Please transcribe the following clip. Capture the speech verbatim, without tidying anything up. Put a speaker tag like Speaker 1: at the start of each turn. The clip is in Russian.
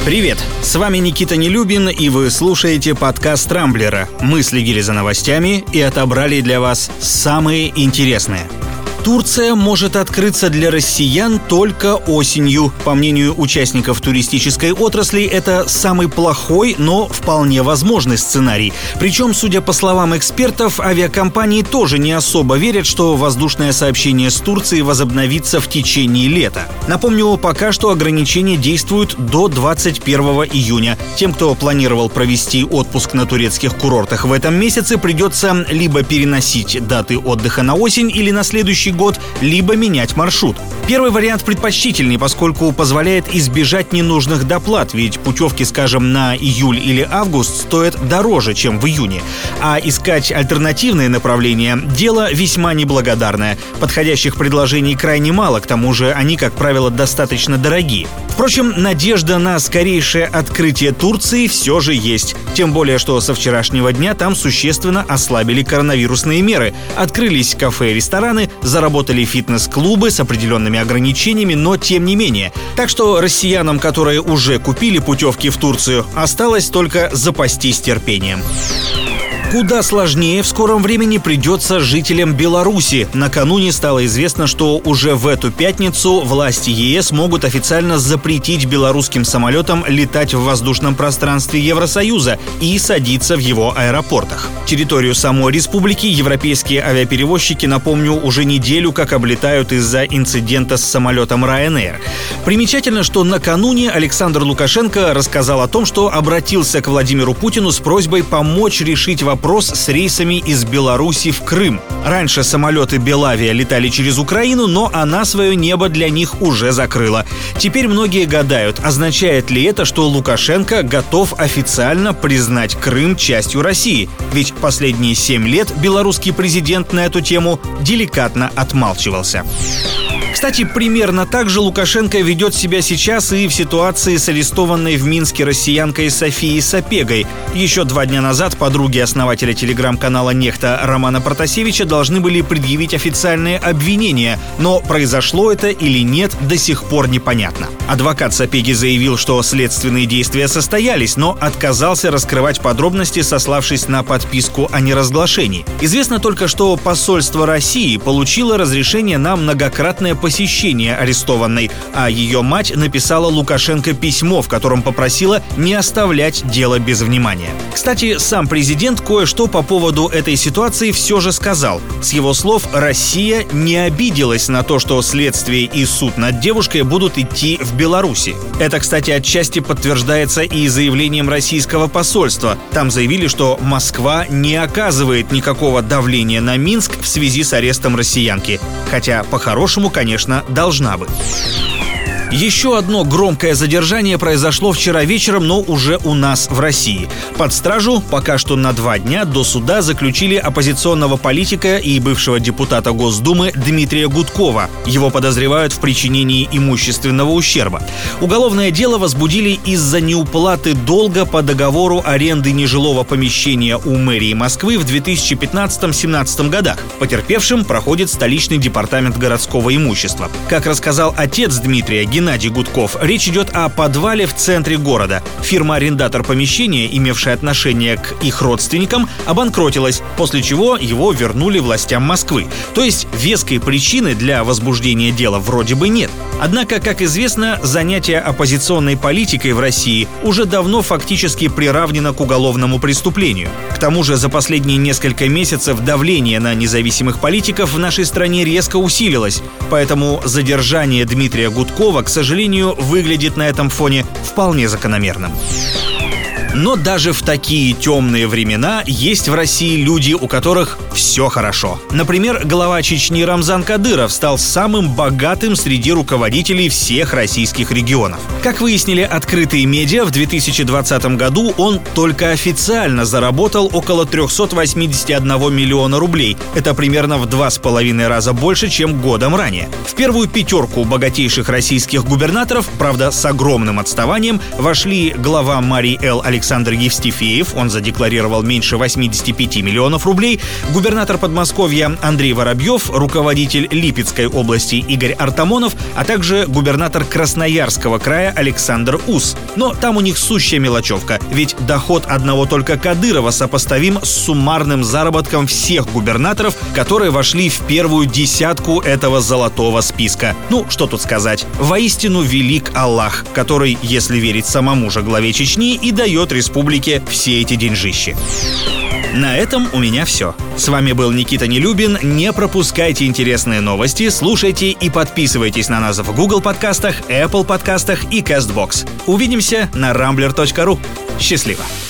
Speaker 1: Привет, с вами Никита Нелюбин, и вы слушаете подкаст Рамблера. Мы следили за новостями и отобрали для вас самые интересные. Турция может открыться для россиян только осенью. По мнению участников туристической отрасли, это самый плохой, но вполне возможный сценарий. Причем, судя по словам экспертов, авиакомпании тоже не особо верят, что воздушное сообщение с Турцией возобновится в течение лета. Напомню, пока что ограничения действуют до двадцать первого июня. Тем, кто планировал провести отпуск на турецких курортах в этом месяце, придется либо переносить даты отдыха на осень или на следующий год, либо менять маршрут. Первый вариант предпочтительней, поскольку позволяет избежать ненужных доплат, ведь путевки, скажем, на июль или август стоят дороже, чем в июне. А искать альтернативные направления – дело весьма неблагодарное. Подходящих предложений крайне мало, к тому же они, как правило, достаточно дорогие. Впрочем, надежда на скорейшее открытие Турции все же есть. Тем более, что со вчерашнего дня там существенно ослабили коронавирусные меры. Открылись кафе и рестораны, заработали фитнес-клубы с определенными ограничениями, но тем не менее. Так что россиянам, которые уже купили путевки в Турцию, осталось только запастись терпением. Куда сложнее в скором времени придется жителям Беларуси. Накануне стало известно, что уже в эту пятницу власти ЕС могут официально запретить белорусским самолетам летать в воздушном пространстве Евросоюза и садиться в его аэропортах. Территорию самой республики европейские авиаперевозчики, напомню, уже неделю как облетают из-за инцидента с самолетом Ryanair. Примечательно, что накануне Александр Лукашенко рассказал о том, что обратился к Владимиру Путину с просьбой помочь решить вопрос Вопрос с рейсами из Беларуси в Крым. Раньше самолеты Белавия летали через Украину, но она свое небо для них уже закрыла. Теперь многие гадают, означает ли это, что Лукашенко готов официально признать Крым частью России? Ведь последние семь лет белорусский президент на эту тему деликатно отмалчивался. Кстати, примерно так же Лукашенко ведет себя сейчас и в ситуации с арестованной в Минске россиянкой Софией Сапегой. Еще два дня назад подруги основателя телеграм-канала «Нехта» Романа Протасевича должны были предъявить официальные обвинения, но произошло это или нет, до сих пор непонятно. Адвокат Сапеги заявил, что следственные действия состоялись, но отказался раскрывать подробности, сославшись на подписку о неразглашении. Известно только, что посольство России получило разрешение на многократное посещение арестованной, а ее мать написала Лукашенко письмо, в котором попросила не оставлять дело без внимания. Кстати, сам президент кое-что по поводу этой ситуации все же сказал. С его слов, Россия не обиделась на то, что следствие и суд над девушкой будут идти в Беларуси. Это, кстати, отчасти подтверждается и заявлением российского посольства. Там заявили, что Москва не оказывает никакого давления на Минск в связи с арестом россиянки. Хотя, по-хорошему, конечно, должна бы. Еще одно громкое задержание произошло вчера вечером, но уже у нас в России. Под стражу пока что на два дня до суда заключили оппозиционного политика и бывшего депутата Госдумы Дмитрия Гудкова. Его подозревают в причинении имущественного ущерба. Уголовное дело возбудили из-за неуплаты долга по договору аренды нежилого помещения у мэрии Москвы в две тысячи пятнадцатом-семнадцатом годах. Потерпевшим проходит столичный департамент городского имущества. Как рассказал отец Дмитрия, Геннадий Гудков, речь идет о подвале в центре города. Фирма-арендатор помещения, имевшая отношение к их родственникам, обанкротилась, после чего его вернули властям Москвы. То есть веской причины для возбуждения дела вроде бы нет. Однако, как известно, занятие оппозиционной политикой в России уже давно фактически приравнено к уголовному преступлению. К тому же за последние несколько месяцев давление на независимых политиков в нашей стране резко усилилось, поэтому задержание Дмитрия Гудкова, к сожалению, выглядит на этом фоне вполне закономерным. Но даже в такие темные времена есть в России люди, у которых все хорошо. Например, глава Чечни Рамзан Кадыров стал самым богатым среди руководителей всех российских регионов. Как выяснили открытые медиа, в две тысячи двадцатом году он только официально заработал около триста восемьдесят один миллиона рублей. Это примерно в два с половиной раза больше, чем годом ранее. В первую пятерку богатейших российских губернаторов, правда с огромным отставанием, вошли глава Марий Эл Александрович Александр Евстифеев, он задекларировал меньше восемьдесят пять миллионов рублей, губернатор Подмосковья Андрей Воробьев, руководитель Липецкой области Игорь Артамонов, а также губернатор Красноярского края Александр Ус. Но там у них сущая мелочевка, ведь доход одного только Кадырова сопоставим с суммарным заработком всех губернаторов, которые вошли в первую десятку этого золотого списка. Ну, что тут сказать. Воистину велик Аллах, который, если верить самому же главе Чечни, и дает республике все эти деньжищи. На этом у меня все. С вами был Никита Нелюбин. Не пропускайте интересные новости, слушайте и подписывайтесь на нас в Google подкастах, Apple подкастах и Castbox. Увидимся на рамблер точка ру. Счастливо!